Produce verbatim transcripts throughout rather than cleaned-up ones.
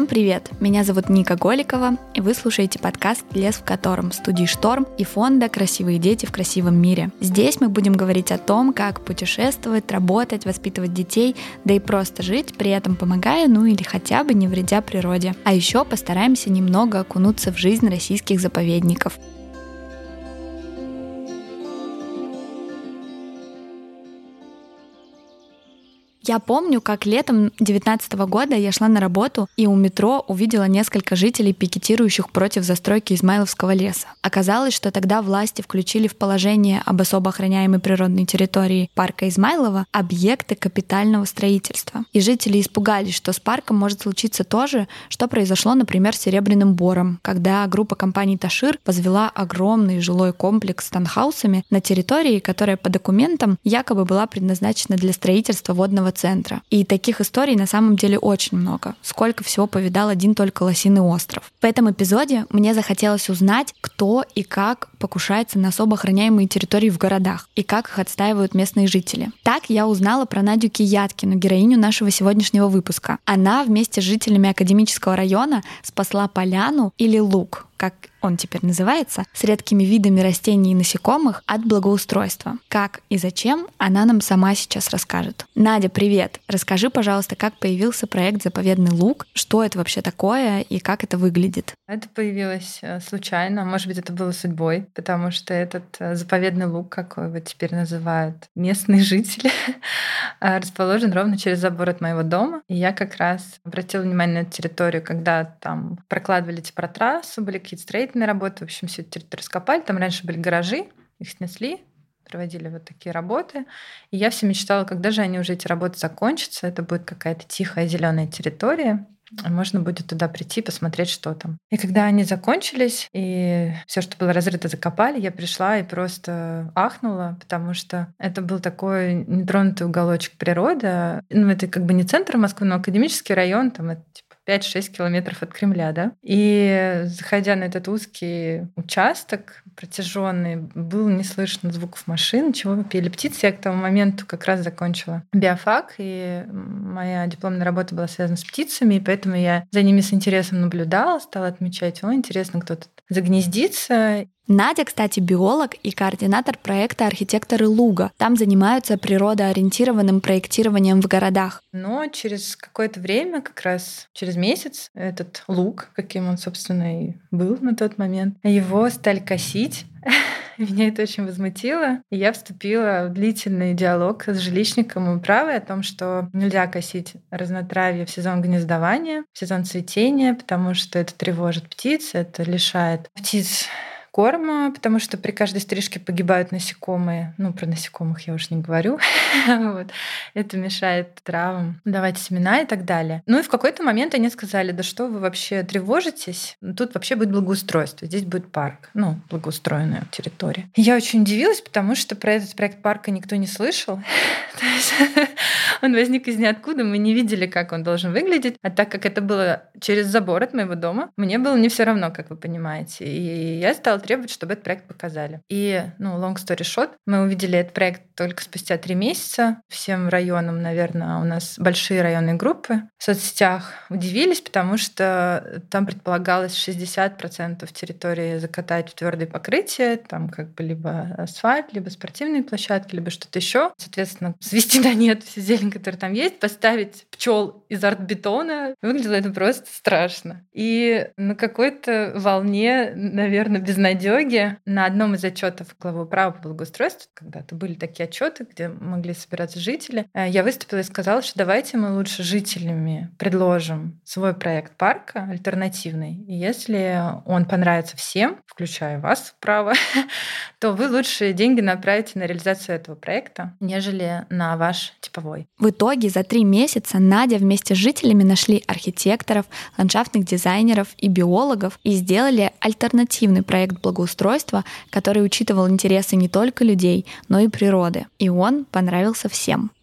Всем привет! Меня зовут Ника Голикова, и вы слушаете подкаст «Лес в котором» студии «Шторм» и фонда «Красивые дети в красивом мире». Здесь мы будем говорить о том, как путешествовать, работать, воспитывать детей, да и просто жить, при этом помогая, ну или хотя бы не вредя природе. А еще постараемся немного окунуться в жизнь российских заповедников. Я помню, как летом две тысячи девятнадцатого года я шла на работу и у метро увидела несколько жителей, пикетирующих против застройки Измайловского леса. Оказалось, что тогда власти включили в положение об особо охраняемой природной территории парка Измайлово объекты капитального строительства. И жители испугались, что с парком может случиться то же, что произошло, например, с Серебряным Бором, когда группа компаний «Ташир» возвела огромный жилой комплекс с таунхаусами на территории, которая по документам якобы была предназначена для строительства водного центра. И таких историй на самом деле очень много. Сколько всего повидал один только Лосиный остров. В этом эпизоде мне захотелось узнать, кто и как покушается на особо охраняемые территории в городах и как их отстаивают местные жители. Так я узнала про Надю Кияткину, героиню нашего сегодняшнего выпуска. Она вместе с жителями Академического района спасла поляну или луг, как он теперь называется, с редкими видами растений и насекомых от благоустройства. Как и зачем, она нам сама сейчас расскажет. Надя, привет! Расскажи, пожалуйста, как появился проект «Заповедный луг», что это вообще такое и как это выглядит? Это появилось случайно, может быть, это было судьбой, потому что этот заповедный луг, как его теперь называют местные жители, расположен ровно через забор от моего дома. И я как раз обратила внимание на эту территорию, когда там прокладывали типа трассу, были какие-то строительные работы, в общем, всю эту территорию раскопали. Там раньше были гаражи, их снесли, проводили вот такие работы. И я все мечтала, когда же они уже, эти работы закончатся, это будет какая-то тихая зеленая территория, можно будет туда прийти, посмотреть, что там. И когда они закончились, и все, что было разрыто, закопали, я пришла и просто ахнула, потому что это был такой нетронутый уголочек природы. Ну, это как бы не центр Москвы, но академический район, там это типа пять-шесть километров от Кремля, да. И заходя на этот узкий участок протяженный, было не слышно звуков машин, чего пели птицы. Я к тому моменту как раз закончила биофак, и моя дипломная работа была связана с птицами, и поэтому я за ними с интересом наблюдала, стала отмечать, о, интересно, кто тут загнездится. Надя, кстати, биолог и координатор проекта «Архитекторы луга». Там занимаются природоориентированным проектированием в городах. Но через какое-то время, как раз через месяц, этот луг, каким он, собственно, и был на тот момент, его стали косить. Меня это очень возмутило. И я вступила в длительный диалог с жилищником управы о том, что нельзя косить разнотравье в сезон гнездования, в сезон цветения, потому что это тревожит птиц, это лишает птиц корма, потому что при каждой стрижке погибают насекомые. Ну, про насекомых я уж не говорю. Вот. Это мешает травам давать семена и так далее. Ну и в какой-то момент они сказали, да что вы вообще тревожитесь? Тут вообще будет благоустройство. Здесь будет парк. Ну, благоустроенная территория. И я очень удивилась, потому что про этот проект парка никто не слышал. То есть он возник из ниоткуда. Мы не видели, как он должен выглядеть. А так как это было через забор от моего дома, мне было не все равно, как вы понимаете. И я стала требовать, чтобы этот проект показали. И, ну, long story short, мы увидели этот проект только спустя три месяца. Всем районам, наверное, у нас большие районные группы в соцсетях удивились, потому что там предполагалось шестьдесят процентов территории закатать в твердое покрытие, там как бы либо асфальт, либо спортивные площадки, либо что-то еще. Соответственно, свести на нет всю зелень, которая там есть, поставить пчел из артбетона. Выглядело это просто страшно. И на какой-то волне, наверное, безнадёги, на одном из отчетов главы управы по благоустройству, когда-то были такие отчеты, где могли собираться жители, я выступила и сказала, что давайте мы лучше жителями предложим свой проект парка альтернативный. И если он понравится всем, включая вас, управа, то вы лучше деньги направите на реализацию этого проекта, нежели на ваш типовой. В итоге за три месяца Надя вместе с жителями нашли архитекторов, ландшафтных дизайнеров и биологов и сделали альтернативный проект благоустройства, который учитывал интересы не только людей, но и природы. И он понравился всем.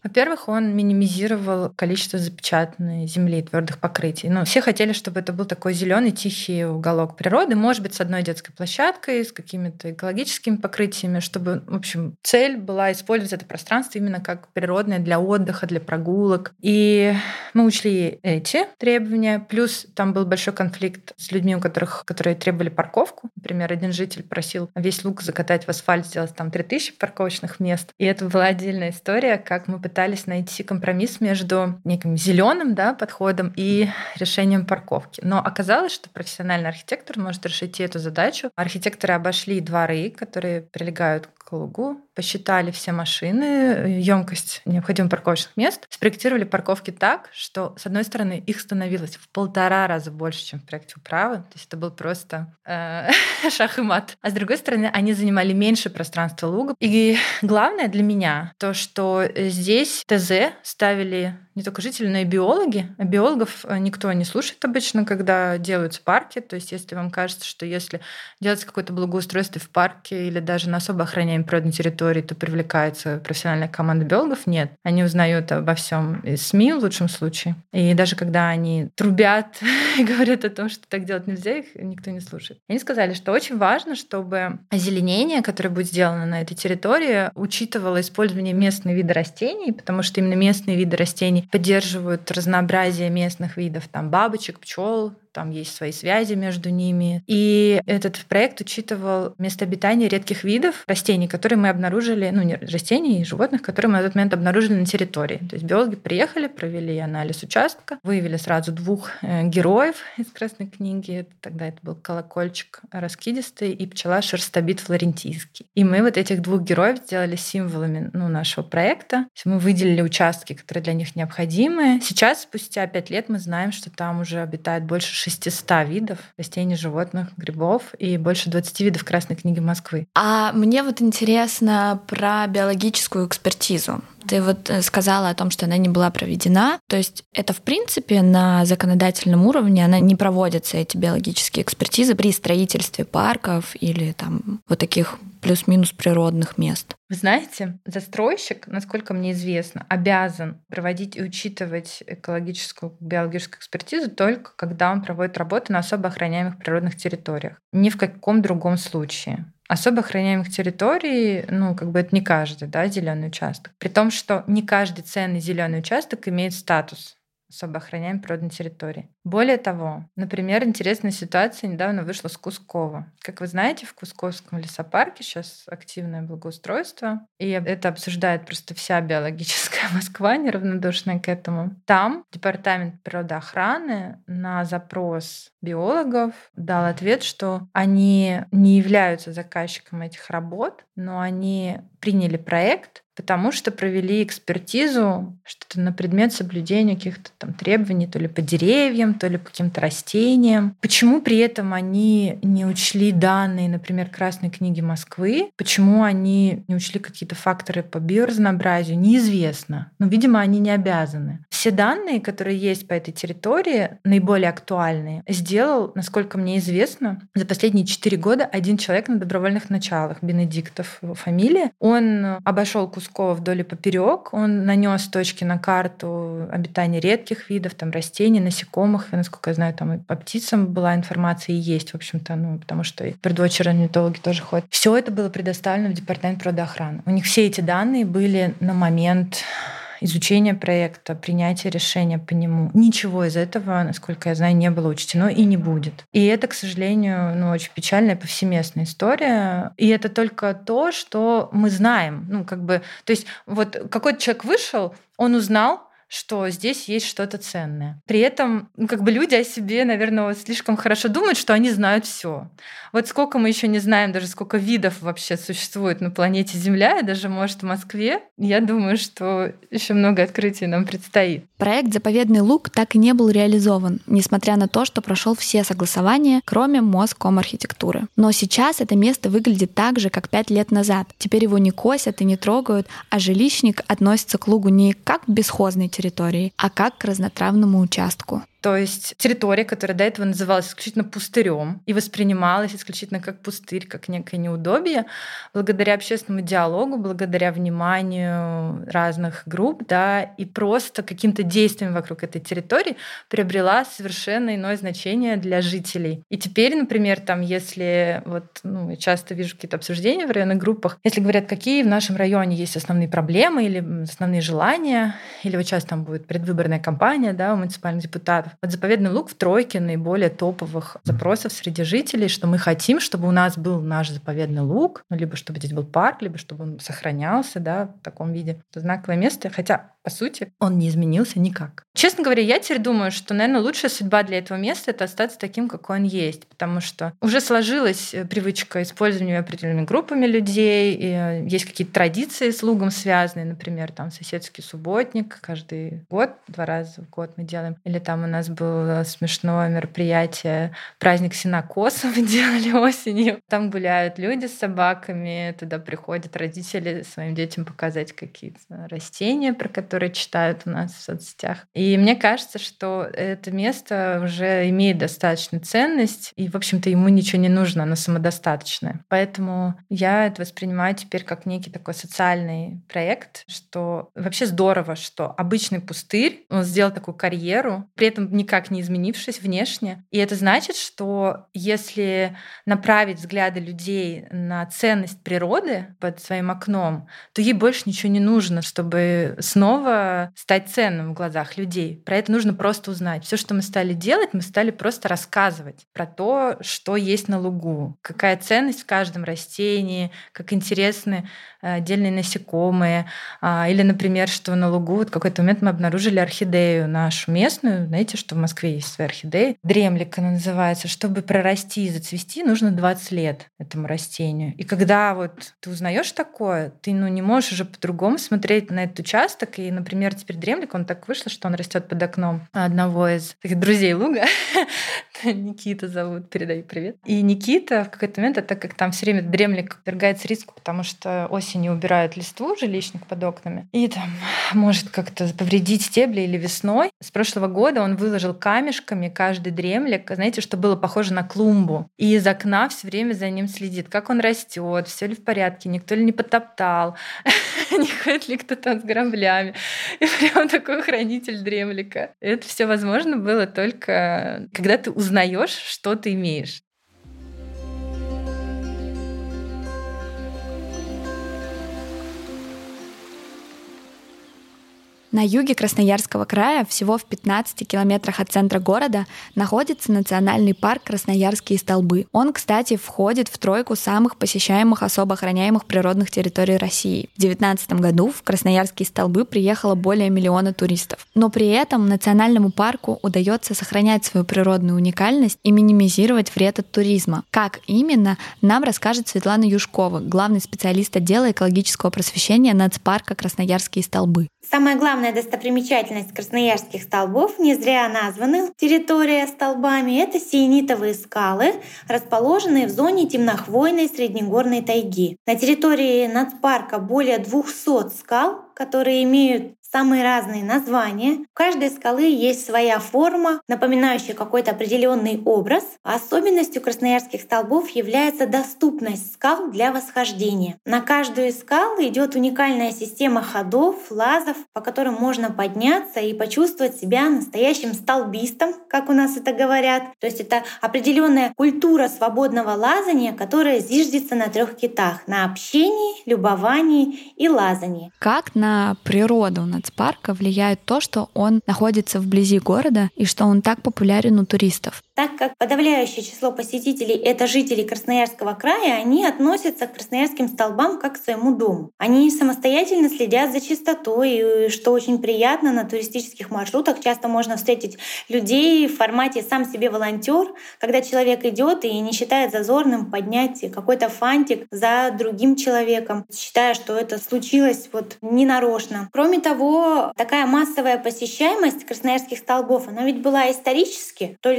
Во-первых, он минимизировал количество запечатанной земли, твердых покрытий. Ну, все хотели, чтобы это был такой зеленый тихий уголок природы, может быть, с одной детской площадкой, с какими-то экологическими покрытиями, чтобы, в общем, цель была использовать это пространство именно как природное для отдыха, для прогулок. И мы учли эти требования. Плюс там был большой конфликт с людьми, у которых, которые требовали парковку. Например, один житель просил весь луг закатать в асфальт, сделать там три тысячи парковочных мест. И это была отдельная история, как мы пытались найти компромисс между неким зеленым, да, подходом и решением парковки. Но оказалось, что профессиональный архитектор может решить и эту задачу. Архитекторы обошли дворы, которые прилегают к лугу, посчитали все машины, емкость необходимых парковочных мест, спроектировали парковки так, что, с одной стороны, их становилось в полтора раза больше, чем в проекте управы. То есть это был просто э, шах и мат. А с другой стороны, они занимали меньше пространства луга. И главное для меня то, что здесь ТЗ ставили не только жители, но и биологи. А биологов никто не слушает обычно, когда делаются парки. То есть если вам кажется, что если делается какое-то благоустройство в парке или даже на особо охраняемой природной территории, то привлекается профессиональная команда биологов, нет. Они узнают обо всем из СМИ в лучшем случае. И даже когда они трубят и говорят о том, что так делать нельзя, их никто не слушает. Они сказали, что очень важно, чтобы озеленение, которое будет сделано на этой территории, учитывало использование местных видов растений, потому что именно местные виды растений поддерживают разнообразие местных видов, там бабочек, пчел, там есть свои связи между ними. И этот проект учитывал место обитания редких видов растений, которые мы обнаружили, ну, не растений и животных, которые мы на тот момент обнаружили на территории. То есть биологи приехали, провели анализ участка, выявили сразу двух героев из Красной книги. Тогда это был колокольчик раскидистый и пчела шерстобит флорентийский. И мы вот этих двух героев сделали символами, ну, нашего проекта. То есть мы выделили участки, которые для них необходимы. Сейчас, спустя пять лет, мы знаем, что там уже обитает больше шестисот видов растений, животных, грибов и больше двадцати видов Красной книги Москвы. А мне вот интересно про биологическую экспертизу. Ты вот сказала о том, что она не была проведена. То есть это, в принципе, на законодательном уровне она не проводятся, эти биологические экспертизы при строительстве парков или там вот таких плюс-минус природных мест. Вы знаете, застройщик, насколько мне известно, обязан проводить и учитывать экологическую, биологическую экспертизу только когда он проводит работы на особо охраняемых природных территориях. Ни в каком другом случае. Особо охраняемых территорий, ну, как бы это не каждый, да, зеленый участок. При том, что не каждый ценный зеленый участок имеет статус особо охраняемой природной территории. Более того, например, интересная ситуация недавно вышла с Кускова. Как вы знаете, в Кусковском лесопарке сейчас активное благоустройство, и это обсуждает просто вся биологическая Москва, неравнодушная к этому. Там департамент природоохраны на запрос биологов дал ответ, что они не являются заказчиком этих работ, но они приняли проект, потому что провели экспертизу что-то на предмет соблюдения каких-то там требований то ли по деревьям, то ли по каким-то растениям. Почему при этом они не учли данные, например, Красной книги Москвы? Почему они не учли какие-то факторы по биоразнообразию? Неизвестно. Но, видимо, они не обязаны. Все данные, которые есть по этой территории, наиболее актуальные, сделал, насколько мне известно, за последние четыре года один человек на добровольных началах. Бенедиктов его фамилия. Он обошел Кусково вдоль и поперек. Он нанес точки на карту обитания редких видов, там растений, насекомых. И, насколько я знаю, там и по птицам была информация и есть, в общем-то, ну, потому что и природоведческие орнитологи тоже ходят. Все это было предоставлено в департамент природоохраны. У них все эти данные были на момент изучения проекта, принятия решения по нему. Ничего из этого, насколько я знаю, не было учтено и не будет. И это, к сожалению, ну, очень печальная повсеместная история. И это только то, что мы знаем. Ну, как бы, то есть вот какой-то человек вышел, он узнал, что здесь есть что-то ценное. При этом, ну, как бы люди о себе, наверное, слишком хорошо думают, что они знают все. Вот сколько мы еще не знаем, даже сколько видов вообще существует на планете Земля, и даже, может, в Москве. Я думаю, что еще много открытий нам предстоит. Проект «Заповедный луг» так и не был реализован, несмотря на то, что прошел все согласования, кроме Москомархитектуры. Но сейчас это место выглядит так же, как пять лет назад. Теперь его не косят и не трогают, а жилищник относится к лугу не как к бесхозной территории, а как к разнотравному участку. То есть территория, которая до этого называлась исключительно пустырем и воспринималась исключительно как пустырь, как некое неудобие, благодаря общественному диалогу, благодаря вниманию разных групп, да, и просто каким-то действием вокруг этой территории приобрела совершенно иное значение для жителей. И теперь, например, там, если вот, ну, я часто вижу какие-то обсуждения в районных группах, если говорят, какие в нашем районе есть основные проблемы или основные желания, или вот сейчас там будет предвыборная кампания, да, у муниципальных депутатов. Вот Заповедный Луг в тройке наиболее топовых запросов среди жителей, что мы хотим, чтобы у нас был наш Заповедный Луг, ну, либо чтобы здесь был парк, либо чтобы он сохранялся, да, в таком виде. Это знаковое место, хотя, по сути, он не изменился никак. Честно говоря, я теперь думаю, что, наверное, лучшая судьба для этого места — это остаться таким, какой он есть, потому что уже сложилась привычка использования определенными группами людей, и есть какие-то традиции с Лугом связанные, например, там соседский субботник каждый год, два раза в год мы делаем. Или там у нас было смешное мероприятие, праздник сенокоса мы делали осенью. Там гуляют люди с собаками, туда приходят родители своим детям показать какие-то растения, про которые читают у нас в соцсетях. И мне кажется, что это место уже имеет достаточную ценность, и, в общем-то, ему ничего не нужно, оно самодостаточное. Поэтому я это воспринимаю теперь как некий такой социальный проект, что вообще здорово, что обычный пустырь, он сделал такую карьеру, при этом никак не изменившись внешне. И это значит, что если направить взгляды людей на ценность природы под своим окном, то ей больше ничего не нужно, чтобы снова стать ценным в глазах людей. Про это нужно просто узнать. Все, что мы стали делать, мы стали просто рассказывать про то, что есть на лугу, какая ценность в каждом растении, как интересны отдельные насекомые. Или, например, что на лугу вот в какой-то момент мы обнаружили орхидею нашу местную. Знаете, что в Москве есть своя орхидея? Дремлик она называется. Чтобы прорасти и зацвести, нужно двадцать лет этому растению. И когда вот ты узнаешь такое, ты ну, не можешь уже по-другому смотреть на этот участок. И, например, теперь дремлик, он так вышло, что он растет под окном одного из таких друзей луга. Никита зовут, передаю привет. И Никита в какой-то момент, так как там все время дремлик подвергается риску, потому что осенью убирают листву, жилищник под окнами, и там может как-то повредить стебли или весной. С прошлого года он выложил камешками каждый дремлик, знаете, что было похоже на клумбу. И из окна все время за ним следит, как он растет, все ли в порядке, никто ли не потоптал, не ходит ли кто там с граблями. И прям такой хранитель дремлика. Это все возможно было только когда ты узнаешь, что ты имеешь. На юге Красноярского края, всего в пятнадцати километрах от центра города, находится национальный парк Красноярские столбы. Он, кстати, входит в тройку самых посещаемых особо охраняемых природных территорий России. В две тысячи девятнадцатом году в Красноярские столбы приехало более миллиона туристов. Но при этом национальному парку удается сохранять свою природную уникальность и минимизировать вред от туризма. Как именно, нам расскажет Светлана Юшкова, главный специалист отдела экологического просвещения нацпарка Красноярские столбы. Самая главная достопримечательность Красноярских столбов, не зря названы территория столбами, это сиенитовые скалы, расположенные в зоне темнохвойной среднегорной тайги. На территории нацпарка более двухсот скал, которые имеют самые разные названия. У каждой скалы есть своя форма, напоминающая какой-то определенный образ. А особенностью красноярских столбов является доступность скал для восхождения. На каждую из скал идет уникальная система ходов, лазов, по которым можно подняться и почувствовать себя настоящим столбистом, как у нас это говорят. То есть это определенная культура свободного лазания, которая зиждется на трех китах: на общении, любовании и лазании. Как на природу нацпарка влияет то, что он находится вблизи города и что он так популярен у туристов? Так как подавляющее число посетителей — это жители Красноярского края, они относятся к Красноярским столбам как к своему дому. Они самостоятельно следят за чистотой, и, что очень приятно, на туристических маршрутах часто можно встретить людей в формате «сам себе волонтер», когда человек идет и не считает зазорным поднять какой-то фантик за другим человеком, считая, что это случилось вот ненарочно. Кроме того, такая массовая посещаемость Красноярских столбов, она ведь была исторически, только с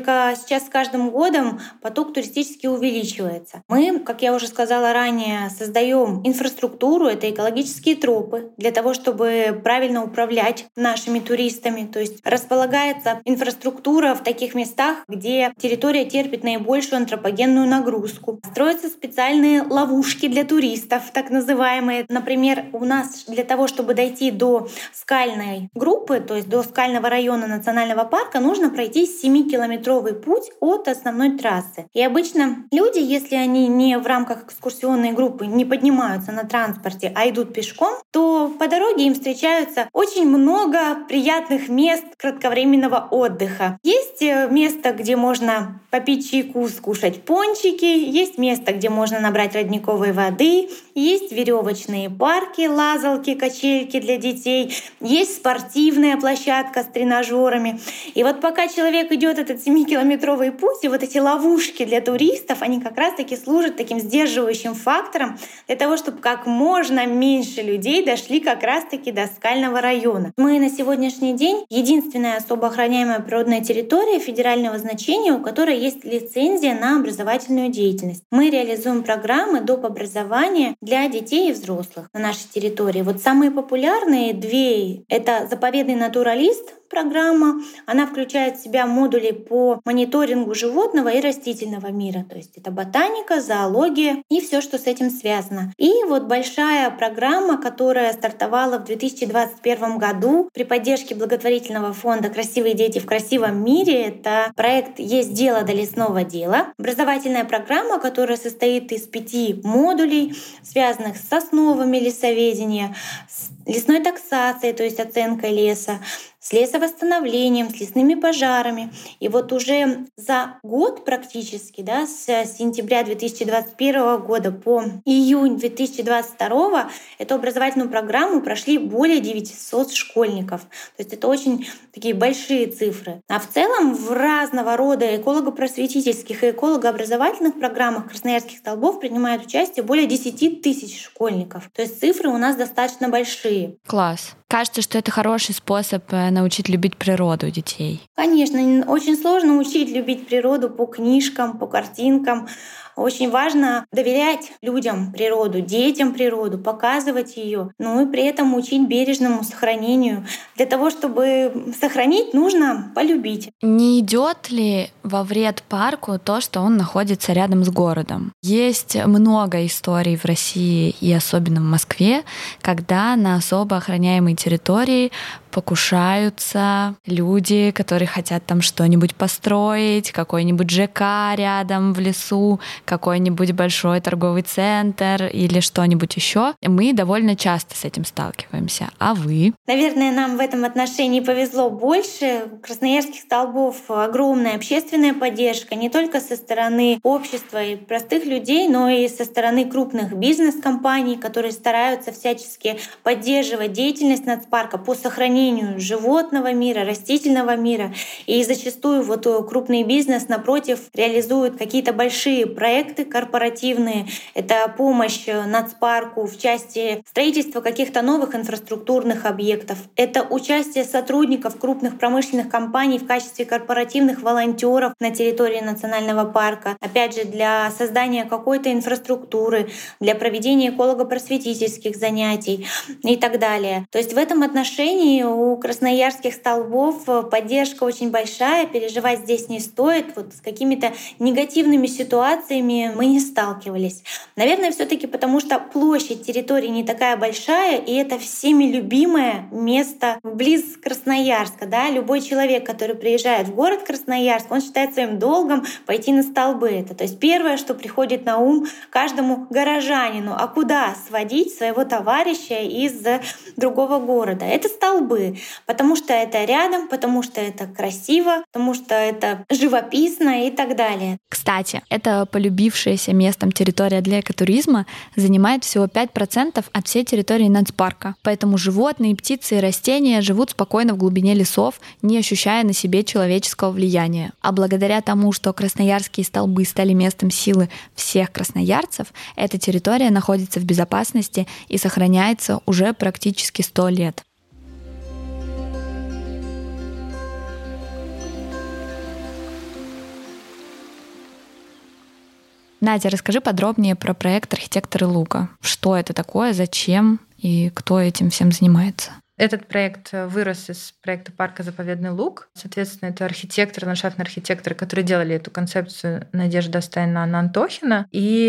сейчас с каждым годом поток туристический увеличивается. Мы, как я уже сказала ранее, создаем инфраструктуру, это экологические тропы, для того, чтобы правильно управлять нашими туристами. То есть располагается инфраструктура в таких местах, где территория терпит наибольшую антропогенную нагрузку. Строятся специальные ловушки для туристов, так называемые. Например, у нас для того, чтобы дойти до скальной группы, то есть до скального района национального парка, нужно пройти семикилометровый путь от основной трассы. И обычно люди, если они не в рамках экскурсионной группы не поднимаются на транспорте, а идут пешком, то по дороге им встречаются очень много приятных мест кратковременного отдыха. Есть место, где можно попить чайку, скушать пончики, есть место, где можно набрать родниковой воды, есть веревочные парки, лазалки, качельки для детей, есть спортивная площадка с тренажерами. И вот пока человек идет этот семикилометровый путь, и вот эти ловушки для туристов, они как раз-таки служат таким сдерживающим фактором для того, чтобы как можно меньше людей дошли как раз-таки до скального района. Мы на сегодняшний день единственная особо охраняемая природная территория федерального значения, у которой есть лицензия на образовательную деятельность. Мы реализуем программы доп. Образования для детей и взрослых на нашей территории. Вот самые популярные две — это заповедный натуралист, программа. Она включает в себя модули по мониторингу животного и растительного мира. То есть это ботаника, зоология и все, что с этим связано. И вот большая программа, которая стартовала в две тысячи двадцать первом году при поддержке благотворительного фонда «Красивые дети в красивом мире». Это проект «Есть дело до лесного дела». Образовательная программа, которая состоит из пяти модулей, связанных с основами лесоведения, с лесной таксацией, то есть оценкой леса, с лесовосстановлением, с лесными пожарами. И вот уже за год практически, да, с сентября две тысячи двадцать первого года по июнь две тысячи двадцать второго эту образовательную программу прошли более девятисот школьников. То есть это очень такие большие цифры. А в целом в разного рода эколого-просветительских и эколого-образовательных программах красноярских столбов принимают участие более десяти тысяч школьников. То есть цифры у нас достаточно большие. Класс. Кажется, что это хороший способ научить любить природу детей. Конечно, очень сложно учить любить природу по книжкам, по картинкам. Очень важно доверять людям природу, детям природу, показывать ее, ну и при этом учить бережному сохранению. Для того, чтобы сохранить, нужно полюбить. Не идет ли во вред парку то, что он находится рядом с городом? Есть много историй в России и особенно в Москве, когда на особо охраняемой территории покушаются люди, которые хотят там что-нибудь построить, какой-нибудь ЖК рядом в лесу, какой-нибудь большой торговый центр или что-нибудь еще. Мы довольно часто с этим сталкиваемся. А вы? Наверное, нам в этом отношении повезло больше. У красноярских столбов огромная общественная поддержка не только со стороны общества и простых людей, но и со стороны крупных бизнес-компаний, которые стараются всячески поддерживать деятельность нацпарка по сохранению животного мира, растительного мира. И зачастую вот крупный бизнес, напротив, реализует какие-то большие проекты корпоративные. Это помощь нацпарку в части строительства каких-то новых инфраструктурных объектов. Это участие сотрудников крупных промышленных компаний в качестве корпоративных волонтеров на территории национального парка. Опять же, для создания какой-то инфраструктуры, для проведения эколого-просветительских занятий и так далее. То есть в этом отношении у красноярских столбов поддержка очень большая, переживать здесь не стоит. Вот с какими-то негативными ситуациями мы не сталкивались. Наверное, все-таки потому, что площадь территории не такая большая, и это всеми любимое место близ Красноярска. Да? Любой человек, который приезжает в город Красноярск, он считает своим долгом пойти на столбы. Это, то есть первое, что приходит на ум каждому горожанину. А куда сводить своего товарища из другого города? Это столбы. Потому что это рядом, потому что это красиво, потому что это живописно и так далее. Кстати, это полюбившаяся местом территория для экотуризма занимает всего пять процентов от всей территории нацпарка. Поэтому животные, птицы и растения живут спокойно в глубине лесов, не ощущая на себе человеческого влияния. А благодаря тому, что красноярские столбы стали местом силы всех красноярцев, эта территория находится в безопасности и сохраняется уже практически сто лет. Надя, расскажи подробнее про проект «Архитекторы луга». Что это такое, зачем и кто этим всем занимается? Этот проект вырос из проекта парка «Заповедный луг». Соответственно, это архитекторы, ландшафтные архитекторы, которые делали эту концепцию, Надежда Остайна, Анна Антохина,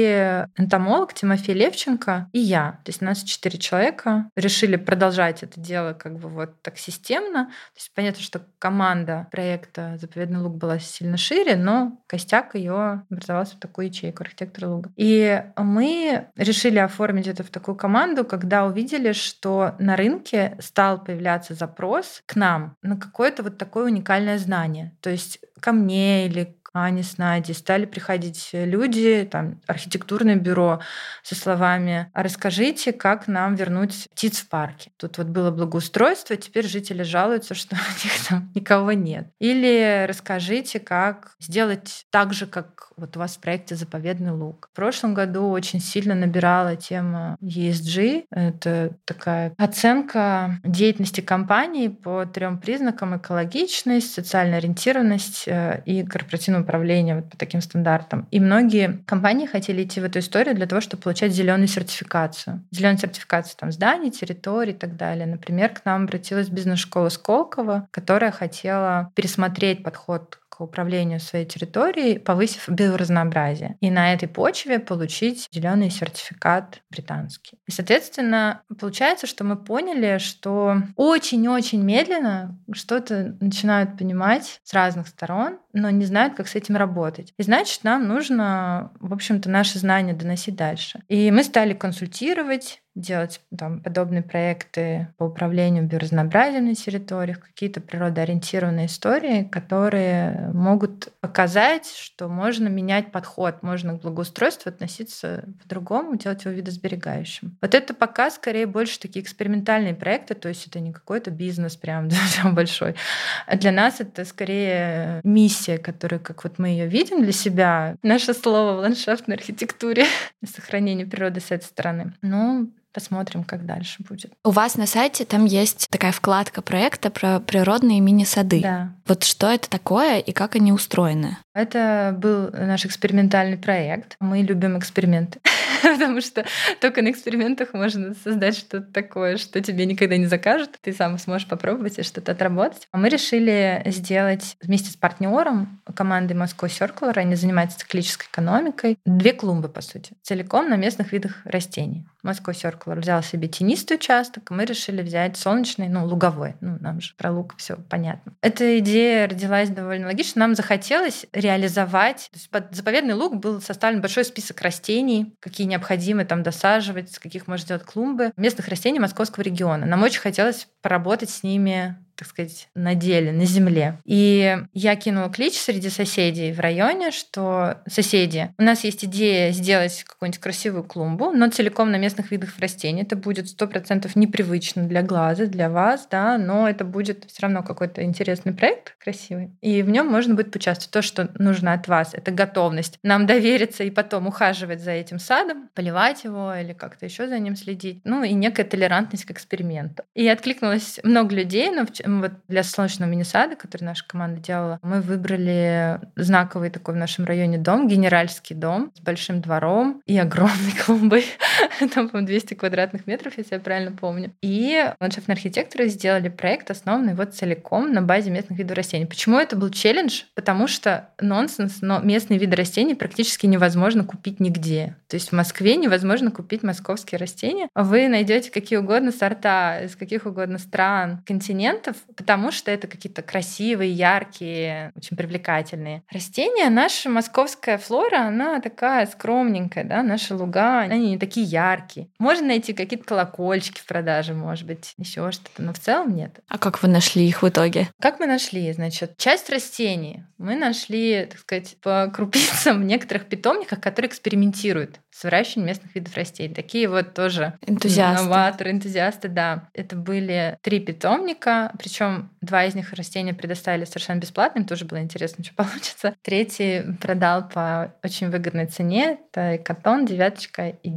и энтомолог Тимофей Левченко, и я. То есть нас четыре человека решили продолжать это дело как бы вот так системно. То есть понятно, что команда проекта «Заповедный луг» была сильно шире, но костяк ее образовался в такую ячейку архитектора луга. И мы решили оформить это в такую команду, когда увидели, что на рынке стал появляться запрос к нам на какое-то вот такое уникальное знание. То есть ко мне или к Ане с Надей стали приходить люди, там, архитектурное бюро со словами: «А расскажите, как нам вернуть птиц в парке? Тут вот было благоустройство, теперь жители жалуются, что у них там никого нет». Или расскажите, как сделать так же, как вот у вас в проекте «Заповедный луг». В прошлом году очень сильно набирала тема и эс джи. Это такая оценка деятельности компании по трем признакам: экологичность, социальная ориентированность и корпоративное управление вот по таким стандартам. И многие компании хотели идти в эту историю для того, чтобы получать зеленую сертификацию. Зеленую сертификацию там зданий, территорий и так далее. Например, к нам обратилась бизнес-школа Сколково, которая хотела пересмотреть подход к управлению своей территорией, повысив биоразнообразие. И на этой почве получить зеленый сертификат британский. И, соответственно, получается, что мы поняли, что очень-очень медленно что-то начинают понимать с разных сторон, но не знают, как с этим работать. И значит, нам нужно, в общем-то, наши знания доносить дальше. И мы стали консультировать, делать там подобные проекты по управлению биоразнообразием на территориях, какие-то природоориентированные истории, которые могут показать, что можно менять подход, можно к благоустройству относиться по-другому, делать его видосберегающим. Вот это пока скорее больше такие экспериментальные проекты, то есть это не какой-то бизнес прям, да, прям большой. А для нас это скорее миссия, которая, как вот мы ее видим для себя, наше слово в ландшафтной архитектуре, сохранение природы с этой стороны. Ну, посмотрим, как дальше будет. У вас на сайте там есть такая вкладка проекта про природные мини-сады. Да. Вот что это такое и как они устроены? Это был наш экспериментальный проект. Мы любим эксперименты, потому что только на экспериментах можно создать что-то такое, что тебе никогда не закажут. Ты сам сможешь попробовать и что-то отработать. А мы решили сделать вместе с партнером командой Moscow Circular, они занимаются циклической экономикой, две клумбы, по сути, целиком на местных видах растений. Moscow Circular взял себе тенистый участок, а мы решили взять солнечный, ну, луговой. Ну, нам же про луг все понятно. Эта идея родилась довольно логично. Нам захотелось реализовать. То есть под заповедный луг был составлен большой список растений, какие необходимо там досаживать, с каких можно сделать клумбы, местных растений московского региона. Нам очень хотелось поработать с ними, так сказать, на деле, на земле. И я кинула клич среди соседей в районе, что соседи, у нас есть идея сделать какую-нибудь красивую клумбу, но целиком на местных видах растений. Это будет сто процентов непривычно для глаза, для вас, да, но это будет все равно какой-то интересный проект, красивый. И в нем можно будет поучаствовать. То, что нужно от вас, это готовность нам довериться и потом ухаживать за этим садом, поливать его или как-то еще за ним следить. Ну и некая толерантность к эксперименту. И откликнулось много людей, но вот для солнечного мини-сада, который наша команда делала, мы выбрали знаковый такой в нашем районе дом, генеральский дом с большим двором и огромной клумбой. Там, по-моему, двести квадратных метров, если я правильно помню. И ландшафтные архитекторы сделали проект, основанный вот целиком на базе местных видов растений. Почему это был челлендж? Потому что нонсенс, но местные виды растений практически невозможно купить нигде. То есть в Москве невозможно купить московские растения. Вы найдете какие угодно сорта из каких угодно стран, континентов, потому что это какие-то красивые, яркие, очень привлекательные растения. Наша московская флора, она такая скромненькая, да, наши луга, они не такие яркие. Можно найти какие-то колокольчики в продаже, может быть, еще что-то, но в целом нет. А как вы нашли их в итоге? Как мы нашли? Значит, часть растений мы нашли, так сказать, по крупицам в некоторых питомниках, которые экспериментируют с выращиванием местных видов растений. Такие вот тоже энтузиасты. Новаторы, энтузиасты, да. Это были три питомника, причем два из них растения предоставили совершенно бесплатно, им тоже было интересно, что получится. Третий продал по очень выгодной цене. Это экатон, девяточка и дикий трав.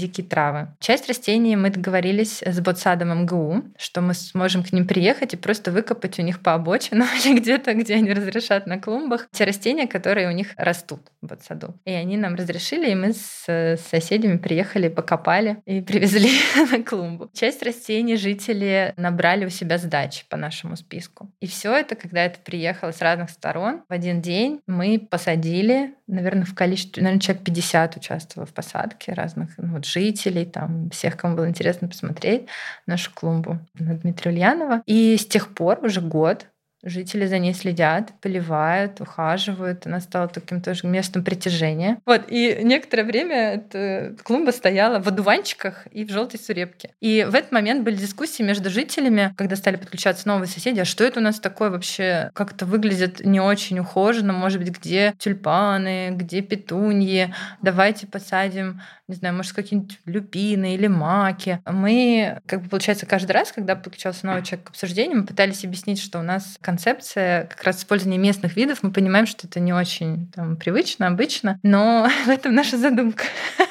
травы. Часть растений мы договорились с ботсадом эм гэ у, что мы сможем к ним приехать и просто выкопать у них по обочинам или где-то, где они разрешат на клумбах, те растения, которые у них растут в ботсаду. И они нам разрешили, и мы с соседями приехали, покопали и привезли на клумбу. Часть растений жители набрали у себя с дач по нашему списку. И все это, когда это приехало с разных сторон, в один день мы посадили, наверное, в количестве, наверное, человек пятьдесят участвовало в посадке разных ну, вот, жителей, там, всех, кому было интересно посмотреть нашу клумбу на Дмитрия Ульянова. И с тех пор уже год жители за ней следят, поливают, ухаживают. Она стала таким тоже местом притяжения. Вот, и некоторое время эта клумба стояла в одуванчиках и в желтой сурепке. И в этот момент были дискуссии между жителями, когда стали подключаться новые соседи, а что это у нас такое вообще? Как это выглядит не очень ухоженно? Может быть, где тюльпаны, где петуньи? Давайте посадим, не знаю, может, какие-нибудь люпины или маки. Мы, как бы, получается, каждый раз, когда подключался новый человек к обсуждению, мы пытались объяснить, что у нас концепция как раз использования местных видов. Мы понимаем, что это не очень там, привычно, обычно, но в этом наша задумка.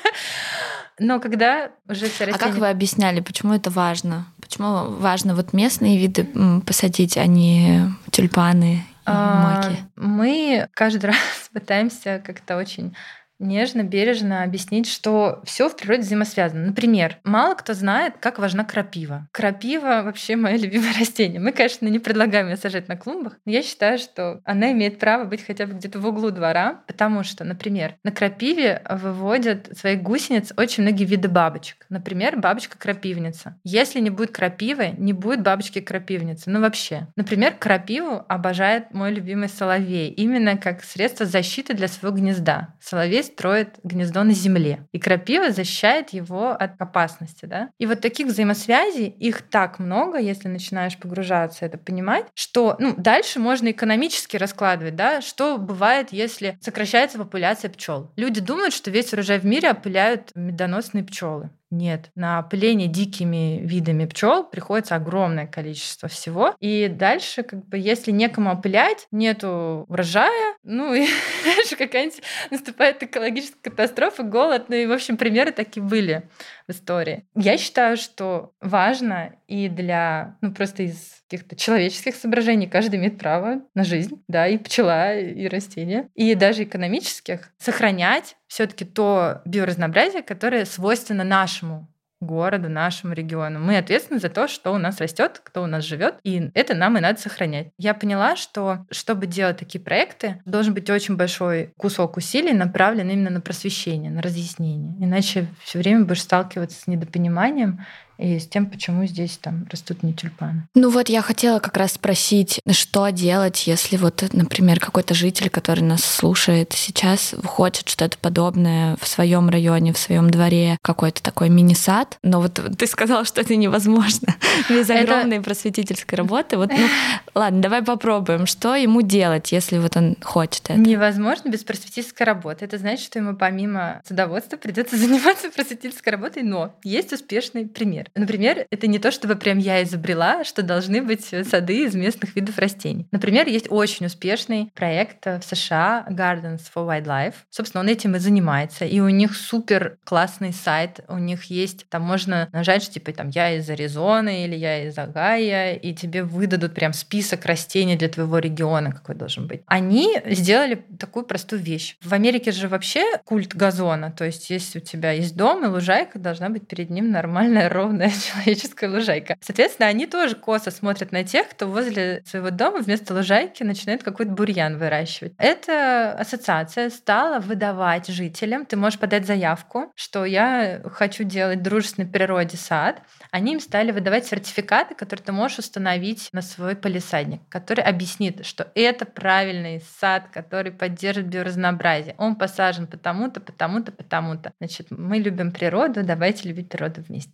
Но когда уже все растения... А как вы объясняли, почему это важно? Почему важно вот местные виды посадить, а не тюльпаны и маки? Мы каждый раз пытаемся как-то очень нежно, бережно объяснить, что все в природе взаимосвязано. Например, мало кто знает, как важна крапива. Крапива вообще мое любимое растение. Мы, конечно, не предлагаем ее сажать на клумбах, но я считаю, что она имеет право быть хотя бы где-то в углу двора, потому что, например, на крапиве выводят своих гусениц очень многие виды бабочек. Например, бабочка-крапивница. Если не будет крапивы, не будет бабочки-крапивницы. Ну вообще. Например, крапиву обожает мой любимый соловей. Именно как средство защиты для своего гнезда. Соловей строит гнездо на земле. И крапива защищает его от опасности. Да? И вот таких взаимосвязей, их так много, если начинаешь погружаться, это понимать, что ну, дальше можно экономически раскладывать, да, что бывает, если сокращается популяция пчел. Люди думают, что весь урожай в мире опыляют медоносные пчелы. Нет, на опыление дикими видами пчел приходится огромное количество всего. И дальше, как бы, если некому опылять, нету урожая, ну и дальше какая-нибудь наступает экологическая катастрофа, голод. Ну и, в общем, примеры такие были в истории. Я считаю, что важно и для, ну просто из каких-то человеческих соображений каждый имеет право на жизнь, да, и пчела, и растения, и даже экономических, сохранять все-таки то биоразнообразие, которое свойственно нашему городу, нашему региону. Мы ответственны за то, что у нас растет, кто у нас живет, и это нам и надо сохранять. Я поняла, что чтобы делать такие проекты, должен быть очень большой кусок усилий, направлен именно на просвещение, на разъяснение. Иначе все время будешь сталкиваться с недопониманием и с тем, почему здесь там растут не тюльпаны. Ну вот я хотела как раз спросить, что делать, если вот, например, какой-то житель, который нас слушает сейчас, хочет что-то подобное в своем районе, в своем дворе, какой-то такой мини-сад, но вот ты сказала, что это невозможно без огромной это... просветительской работы. Вот, ну, ладно, давай попробуем, что ему делать, если вот он хочет это. Невозможно без просветительской работы. Это значит, что ему помимо садоводства придется заниматься просветительской работой, но есть успешный пример. Например, это не то, чтобы прям я изобрела, что должны быть сады из местных видов растений. Например, есть очень успешный проект в США Gardens for Wildlife. Собственно, он этим и занимается. И у них супер классный сайт. У них есть, там можно нажать, что типа там я из Аризоны или я из Огайо, и тебе выдадут прям список растений для твоего региона, какой должен быть. Они сделали такую простую вещь. В Америке же вообще культ газона. То есть если у тебя есть дом и лужайка, должна быть перед ним нормальная, ровная человеческая лужайка. Соответственно, они тоже косо смотрят на тех, кто возле своего дома вместо лужайки начинает какой-то бурьян выращивать. Эта ассоциация стала выдавать жителям, ты можешь подать заявку, что я хочу делать дружественный природе сад. Они им стали выдавать сертификаты, которые ты можешь установить на свой палисадник, который объяснит, что это правильный сад, который поддержит биоразнообразие. Он посажен потому-то, потому-то, потому-то. Значит, мы любим природу, давайте любить природу вместе. И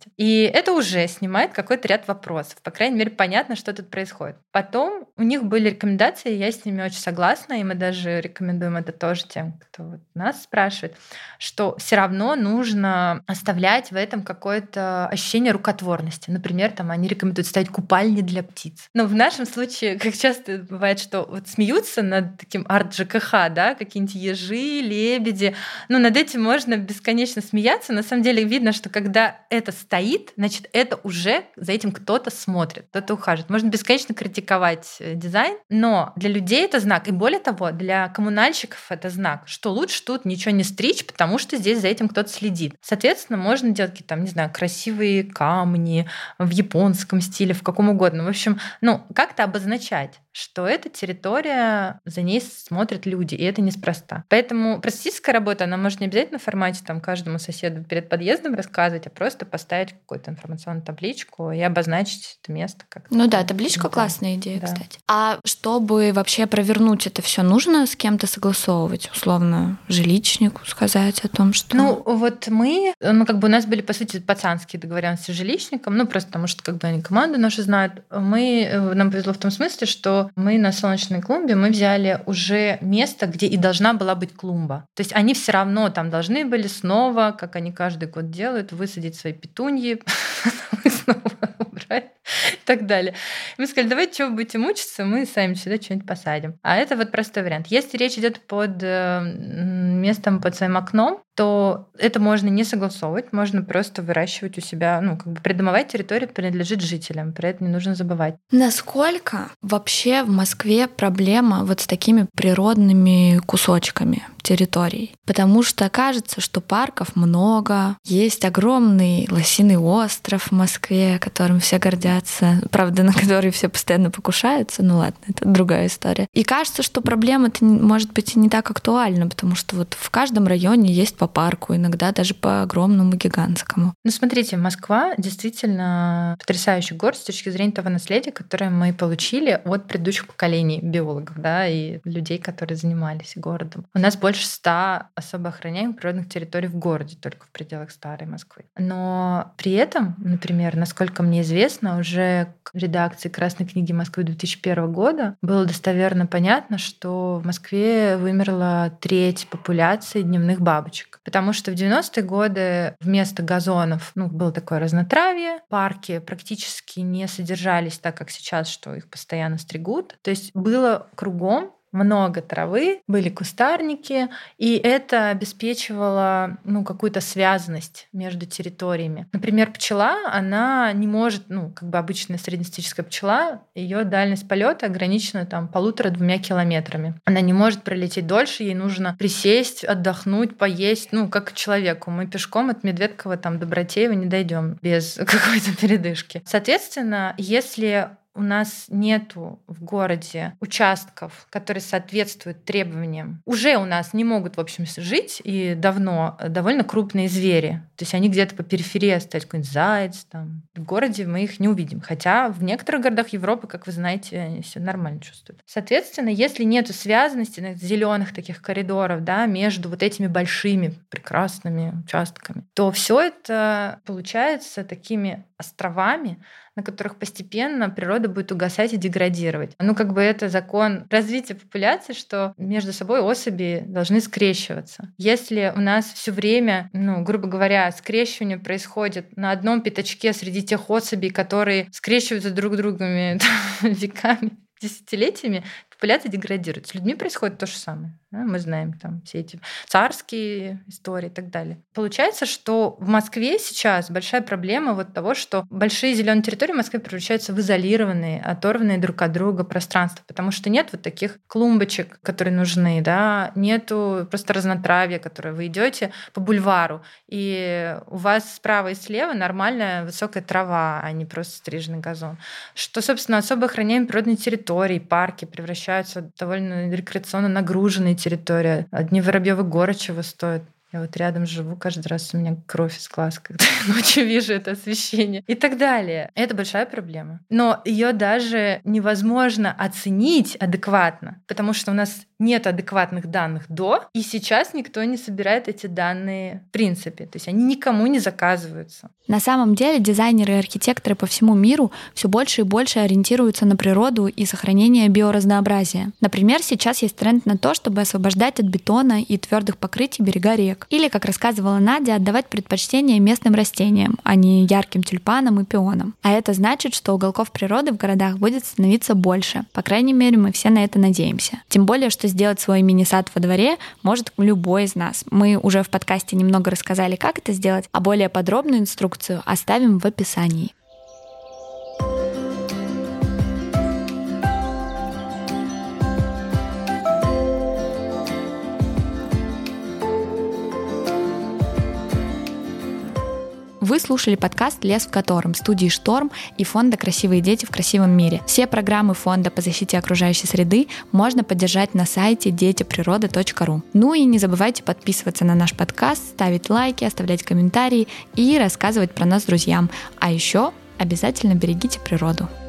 это уже снимает какой-то ряд вопросов. По крайней мере, понятно, что тут происходит. Потом у них были рекомендации, я с ними очень согласна, и мы даже рекомендуем это тоже тем, кто вот нас спрашивает, что все равно нужно оставлять в этом какое-то ощущение рукотворности. Например, там они рекомендуют ставить купальни для птиц. Но в нашем случае, как часто бывает, что вот смеются над таким арт-ЖКХ, да, какие-нибудь ежи, лебеди. Ну, над этим можно бесконечно смеяться. На самом деле видно, что когда это стоит, значит, это уже за этим кто-то смотрит, кто-то ухаживает. Можно бесконечно критиковать дизайн, но для людей это знак. И более того, для коммунальщиков это знак, что лучше тут ничего не стричь, потому что здесь за этим кто-то следит. Соответственно, можно делать какие-то, там, не знаю, красивые камни в японском стиле, в каком угодно. В общем, ну, как-то обозначать, что эта территория, за ней смотрят люди, и это неспроста. Поэтому просветительская работа, она может не обязательно в формате там, каждому соседу перед подъездом рассказывать, а просто поставить какую-то информационную табличку и обозначить это место как-то. Ну да, табличка да. классная идея, да. кстати. А чтобы вообще провернуть это все, нужно с кем-то согласовывать, условно, жилищнику сказать о том, что... Ну вот мы, ну как бы у нас были, по сути, пацанские договоренности с жилищником, ну просто потому что как бы они команду нашу знают. Мы, нам повезло в том смысле, что мы на солнечной клумбе мы взяли уже место, где и должна была быть клумба. То есть они все равно там должны были снова, как они каждый год делают, высадить свои петуньи, снова убрать и так далее. Мы сказали, давайте, что вы будете мучиться, мы сами сюда что-нибудь посадим. А это вот простой вариант. Если речь идет под местом, под своим окном, то это можно не согласовывать, можно просто выращивать у себя, ну, как бы придомовая территория принадлежит жителям, про это не нужно забывать. Насколько вообще в Москве проблема вот с такими природными кусочками территорий? Потому что кажется, что парков много, есть огромный лосиный остров в Москве, которым все гордятся, правда, на который все постоянно покушаются, ну ладно, это другая история. И кажется, что проблема-то может быть и не так актуальна, потому что вот в каждом районе есть по парку, иногда даже по огромному гигантскому. Ну, смотрите, Москва действительно потрясающий город с точки зрения того наследия, которое мы получили от предыдущих поколений биологов, да, и людей, которые занимались городом. У нас больше ста особо охраняемых природных территорий в городе, только в пределах старой Москвы. Но при этом, например, насколько мне известно, уже к редакции Красной книги Москвы две тысячи первого года было достоверно понятно, что в Москве вымерла треть популяции дневных бабочек. Потому что в девяностые годы вместо газонов, ну, было такое разнотравье, парки практически не содержались так, как сейчас, что их постоянно стригут. То есть было кругом много травы, были кустарники, и это обеспечивало, ну, какую-то связанность между территориями. Например, пчела, она не может, ну, как бы обычная среднестатистическая пчела, ее дальность полета ограничена там полутора-двумя километрами. Она не может пролететь дольше, ей нужно присесть, отдохнуть, поесть, ну, как человеку. Мы пешком от Медведкова там до Братеева не дойдем без какой-то передышки. Соответственно, если у нас нету в городе участков, которые соответствуют требованиям. Уже у нас не могут, в общем, жить и давно довольно крупные звери. То есть они где-то по периферии остались, какой-нибудь заяц. Там. В городе мы их не увидим. Хотя в некоторых городах Европы, как вы знаете, они все нормально чувствуют. Соответственно, если нету связанности зеленых таких коридоров, да, между вот этими большими прекрасными участками, то все это получается такими островами, на которых постепенно природа будет угасать и деградировать. Ну, как бы это закон развития популяции, что между собой особи должны скрещиваться. Если у нас все время, ну, грубо говоря, скрещивание происходит на одном пятачке среди тех особей, которые скрещиваются друг с другом веками, десятилетиями, популяция деградирует. С людьми происходит то же самое. Да? Мы знаем там все эти царские истории и так далее. Получается, что в Москве сейчас большая проблема вот того, что большие зеленые территории в Москве превращаются в изолированные, оторванные друг от друга пространства, потому что нет вот таких клумбочек, которые нужны, да, нету просто разнотравья, которое вы идете по бульвару, и у вас справа и слева нормальная высокая трава, а не просто стриженный газон. Что, собственно, особо охраняемые природные территории, парки превращаются в довольно рекреационно нагруженные территории. Одни Воробьёвы горы чего стоят. Я вот рядом живу, каждый раз у меня кровь из глаз, когда я ночью вижу это освещение. И так далее. Это большая проблема. Но ее даже невозможно оценить адекватно, потому что у нас нет адекватных данных до, и сейчас никто не собирает эти данные в принципе. То есть они никому не заказываются. На самом деле дизайнеры и архитекторы по всему миру все больше и больше ориентируются на природу и сохранение биоразнообразия. Например, сейчас есть тренд на то, чтобы освобождать от бетона и твердых покрытий берега рек. Или, как рассказывала Надя, отдавать предпочтение местным растениям, а не ярким тюльпанам и пионам. А это значит, что уголков природы в городах будет становиться больше. По крайней мере, мы все на это надеемся. Тем более, что сделать свой мини-сад во дворе может любой из нас. Мы уже в подкасте немного рассказали, как это сделать, а более подробную инструкцию оставим в описании. Вы слушали подкаст «Лес в котором» студии «Шторм» и фонда «Красивые дети в красивом мире». Все программы фонда по защите окружающей среды можно поддержать на сайте дети природы точка ру. Ну и не забывайте подписываться на наш подкаст, ставить лайки, оставлять комментарии и рассказывать про нас друзьям. А еще обязательно берегите природу.